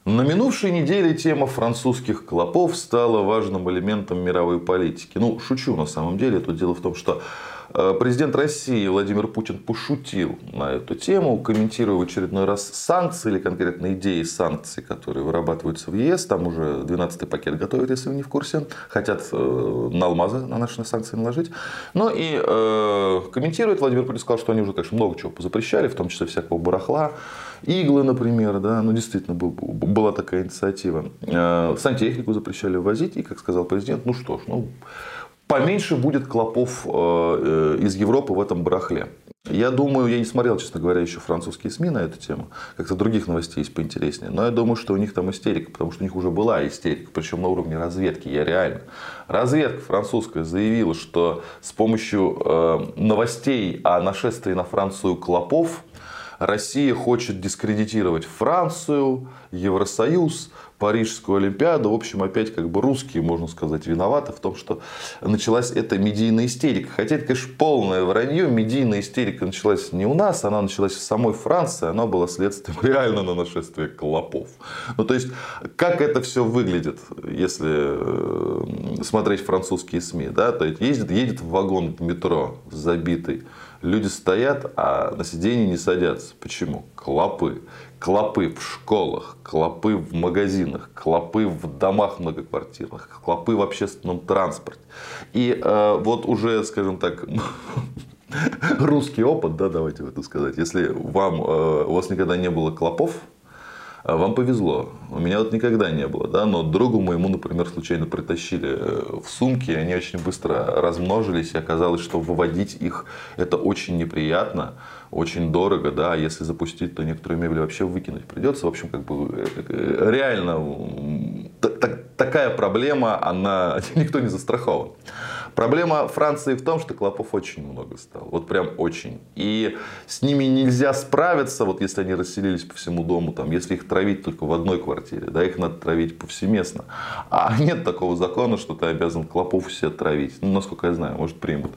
На минувшей неделе тема французских клопов стала важным элементом мировой политики. Ну, шучу на самом деле. Тут дело в том, что президент России Владимир Путин пошутил на эту тему, комментируя в очередной раз санкции или конкретно идеи санкций, которые вырабатываются в ЕС. Там уже 12-й пакет готовят, если вы не в курсе. Хотят на алмазы на наши санкции наложить. Ну и комментирует Владимир Путин, сказал, что они уже, конечно, много чего позапрещали, в том числе всякого барахла. Иглы, например, да, ну действительно была такая инициатива. Сантехнику запрещали ввозить, и, как сказал президент, ну что ж, поменьше будет клопов из Европы в этом барахле. Я думаю, я не смотрел, честно говоря, еще французские СМИ на эту тему. Как-то других новостей есть поинтереснее. Но я думаю, что у них там истерика, потому что у них уже была истерика, причем на уровне разведки. Разведка французская заявила, что с помощью новостей о нашествии на Францию клопов Россия хочет дискредитировать Францию, Евросоюз, Парижскую Олимпиаду. В общем, опять как бы русские, можно сказать, виноваты в том, что началась эта медийная истерика. Хотя это, конечно, полное вранье. Медийная истерика началась не у нас, она началась в самой Франции. Она была следствием реально на нашествие клопов. Ну, то есть, как это все выглядит, если смотреть французские СМИ. Да? То есть, едет в вагон метро забитый. Люди стоят, а на сиденье не садятся. Почему? Клопы. Клопы в школах, клопы в магазинах, клопы в домах многоквартирных, клопы в общественном транспорте. И вот уже, скажем так, русский опыт, да, давайте это сказать. Если у вас никогда не было клопов, вам повезло. У меня вот никогда не было, да, но другу моему, например, случайно притащили в сумке, они очень быстро размножились, и оказалось, что выводить их это очень неприятно, очень дорого, да, а если запустить, то некоторые мебель вообще выкинуть придется. В общем, как бы реально такая проблема, никто не застрахован. Проблема Франции в том, что клопов очень много стало. Вот прям очень. И с ними нельзя справиться, вот если они расселились по всему дому, там, если их травить только в одной квартире, да, их надо травить повсеместно. А нет такого закона, что ты обязан клопов все травить. Ну, насколько я знаю, может, примут.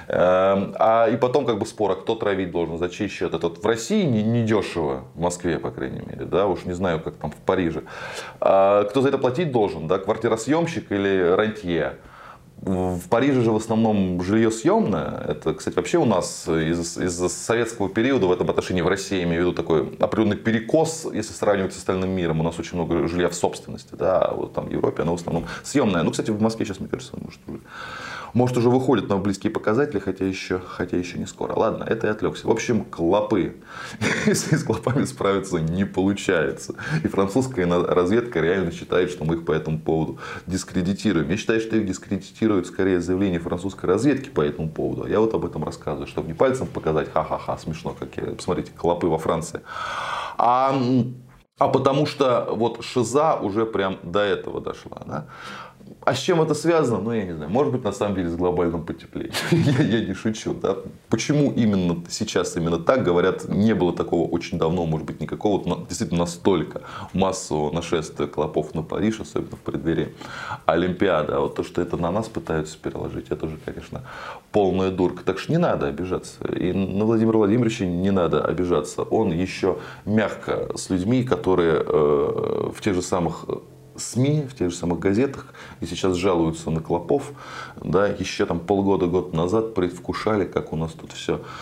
И потом как бы спор, а кто травить должен, за чей счет. Это в России не дешево, в Москве, по крайней мере, да, уж не знаю, как там в Париже. Кто за это платить должен, да, квартиросъемщик или рантье? В Париже же в основном жилье съемное. Это, кстати, вообще у нас из-за советского периода в этом отношении в России, я имею в виду такой определенный перекос, если сравнивать с остальным миром. У нас очень много жилья в собственности, да, а вот там в Европе оно в основном съемное. Ну, кстати, в Москве сейчас, мне кажется, может уже выходит на близкие показатели, хотя еще не скоро. Ладно, это я отвлекся. В общем, клопы. Если с клопами справиться не получается. И французская разведка реально считает, что мы их по этому поводу дискредитируем. Я считаю, что их дискредитируют скорее заявления французской разведки по этому поводу. Я вот об этом рассказываю, чтобы не пальцем показать, ха-ха-ха, смешно, посмотрите, клопы во Франции. А потому что вот шиза уже прям до этого дошла. Да? А с чем это связано? Ну, я не знаю. Может быть, на самом деле, с глобальным потеплением. Я не шучу. Да? Почему именно сейчас именно так? Говорят, не было такого очень давно, может быть, никакого действительно настолько массового нашествия клопов на Париж, особенно в преддверии Олимпиады. А вот то, что это на нас пытаются переложить, это уже, конечно, полная дурка. Так что не надо обижаться. И на Владимира Владимировича не надо обижаться. Он еще мягко с людьми, которые в тех же самых СМИ, в тех же самых газетах, и сейчас жалуются на клопов, да, еще там полгода-год назад предвкушали, как у нас тут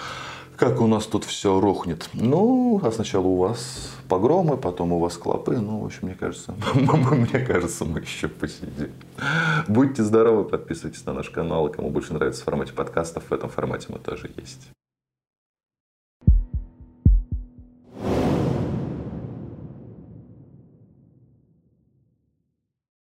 все рухнет. Ну, а сначала у вас погромы, потом у вас клопы. Ну, в общем, мне кажется, мы еще посидим. Будьте здоровы, подписывайтесь на наш канал. И кому больше нравится в формате подкастов, в этом формате мы тоже есть.